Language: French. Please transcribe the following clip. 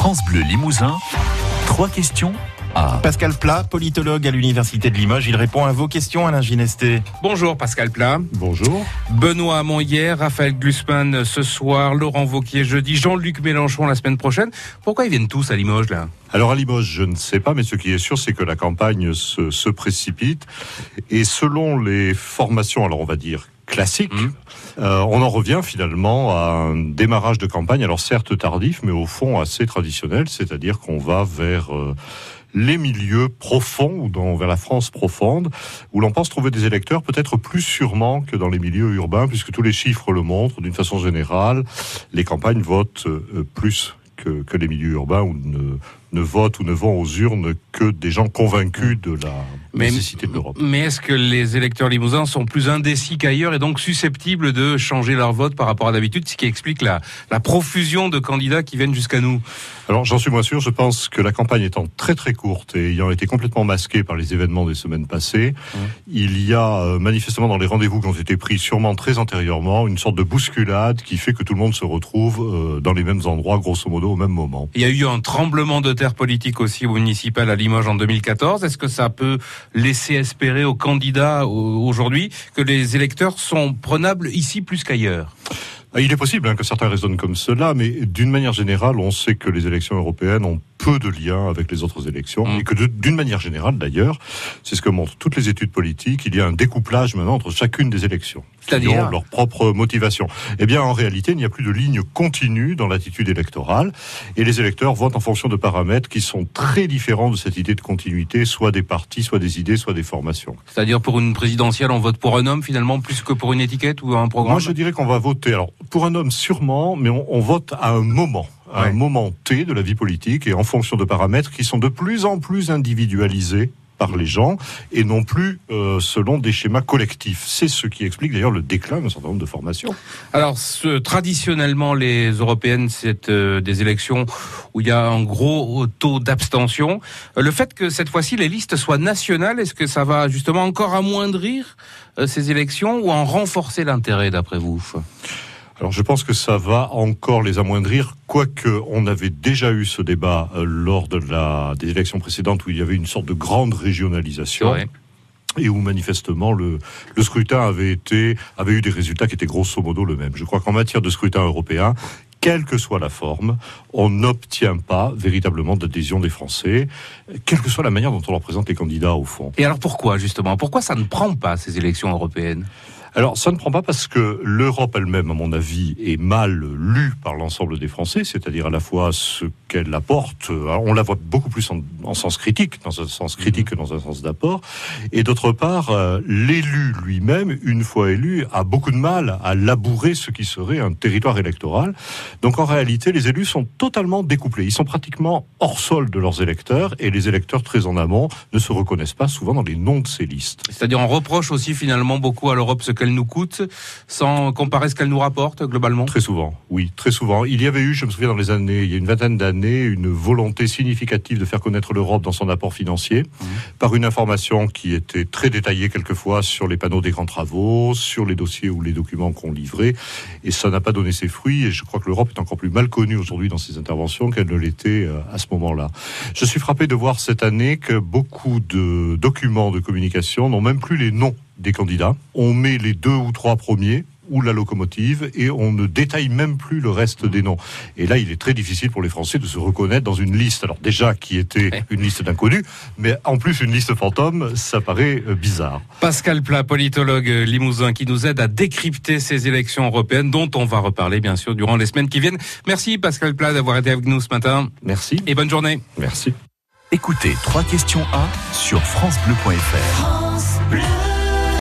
France Bleu Limousin, 3 questions à... Pascal Plat, politologue à l'Université de Limoges. Il répond à vos questions, Alain Ginesté. Bonjour Pascal Plat. Bonjour. Benoît Hamon hier, Raphaël Glucksmann ce soir, Laurent Wauquiez jeudi, Jean-Luc Mélenchon la semaine prochaine. Pourquoi ils viennent tous à Limoges là ? Alors à Limoges, je ne sais pas, mais ce qui est sûr, c'est que la campagne se précipite. Et selon les formations, alors on va dire classiques, on en revient finalement à un démarrage de campagne, alors certes tardif, mais au fond assez traditionnel, c'est-à-dire qu'on va vers... les milieux profonds, ou vers la France profonde, où l'on pense trouver des électeurs peut-être plus sûrement que dans les milieux urbains, puisque tous les chiffres le montrent, d'une façon générale, les campagnes votent plus que les milieux urbains, où ne votent ou ne vont aux urnes que des gens convaincus de la nécessité de l'Europe. Mais est-ce que les électeurs limousins sont plus indécis qu'ailleurs et donc susceptibles de changer leur vote par rapport à d'habitude, ce qui explique la profusion de candidats qui viennent jusqu'à nous ? Alors j'en suis moins sûr, je pense que la campagne étant très très courte et ayant été complètement masquée par les événements des semaines passées, il y a manifestement dans les rendez-vous qui ont été pris sûrement très antérieurement une sorte de bousculade qui fait que tout le monde se retrouve dans les mêmes endroits grosso modo au même moment. Il y a eu un tremblement de terre politique aussi au municipal à Limoges en 2014. Est-ce que ça peut laisser espérer aux candidats aujourd'hui que les électeurs sont prenables ici plus qu'ailleurs ? Il est possible que certains raisonnent comme cela, mais d'une manière générale, on sait que les élections européennes ont peu de liens avec les autres élections, et que d'une manière générale d'ailleurs, c'est ce que montrent toutes les études politiques, il y a un découplage maintenant entre chacune des élections, qui ont leur propre motivation. Eh bien, en réalité, il n'y a plus de ligne continue dans l'attitude électorale, et les électeurs votent en fonction de paramètres qui sont très différents de cette idée de continuité, soit des partis, soit des idées, soit des formations. C'est-à-dire pour une présidentielle, on vote pour un homme finalement, plus que pour une étiquette ou un programme ? Moi, je dirais qu'on va voter, alors pour un homme sûrement, mais on vote à un moment. Un moment T de la vie politique et en fonction de paramètres qui sont de plus en plus individualisés par les gens et non plus selon des schémas collectifs. C'est ce qui explique d'ailleurs le déclin d'un certain nombre de formations. Alors, traditionnellement, les européennes, c'est des élections où il y a un gros taux d'abstention. Le fait que cette fois-ci les listes soient nationales, est-ce que ça va justement encore amoindrir ces élections ou en renforcer l'intérêt d'après vous ? Alors je pense que ça va encore les amoindrir, quoique on avait déjà eu ce débat lors des élections précédentes où il y avait une sorte de grande régionalisation. Et où manifestement le scrutin avait eu des résultats qui étaient grosso modo le même. Je crois qu'en matière de scrutin européen, quelle que soit la forme, on n'obtient pas véritablement d'adhésion des Français, quelle que soit la manière dont on leur présente les candidats au fond. Et alors pourquoi justement ? Pourquoi ça ne prend pas ces élections européennes ? Alors, ça ne prend pas parce que l'Europe elle-même, à mon avis, est mal lue par l'ensemble des Français, c'est-à-dire à la fois ce qu'elle apporte, on la voit beaucoup plus en sens critique, dans un sens critique que dans un sens d'apport, et d'autre part, l'élu lui-même, une fois élu, a beaucoup de mal à labourer ce qui serait un territoire électoral. Donc en réalité, les élus sont totalement découplés, ils sont pratiquement hors sol de leurs électeurs, et les électeurs très en amont ne se reconnaissent pas souvent dans les noms de ces listes. C'est-à-dire on reproche aussi finalement beaucoup à l'Europe ce qu'elle nous coûte, sans comparer ce qu'elle nous rapporte globalement ? Très souvent, oui, très souvent. Il y avait eu, je me souviens il y a une vingtaine d'années, une volonté significative de faire connaître l'Europe dans son apport financier, par une information qui était très détaillée quelquefois sur les panneaux des grands travaux, sur les dossiers ou les documents qu'on livrait, et ça n'a pas donné ses fruits, et je crois que l'Europe est encore plus mal connue aujourd'hui dans ses interventions qu'elle ne l'était à ce moment-là. Je suis frappé de voir cette année que beaucoup de documents de communication n'ont même plus les noms des candidats. On met les 2 ou 3 premiers ou la locomotive et on ne détaille même plus le reste des noms. Et là, il est très difficile pour les Français de se reconnaître dans une liste. Alors déjà, qui était une liste d'inconnus, mais en plus une liste fantôme, ça paraît bizarre. Pascal Plat, politologue limousin, qui nous aide à décrypter ces élections européennes, dont on va reparler bien sûr durant les semaines qui viennent. Merci Pascal Plat d'avoir été avec nous ce matin. Merci. Et bonne journée. Merci. Écoutez 3 questions à sur francebleu.fr. France Bleu.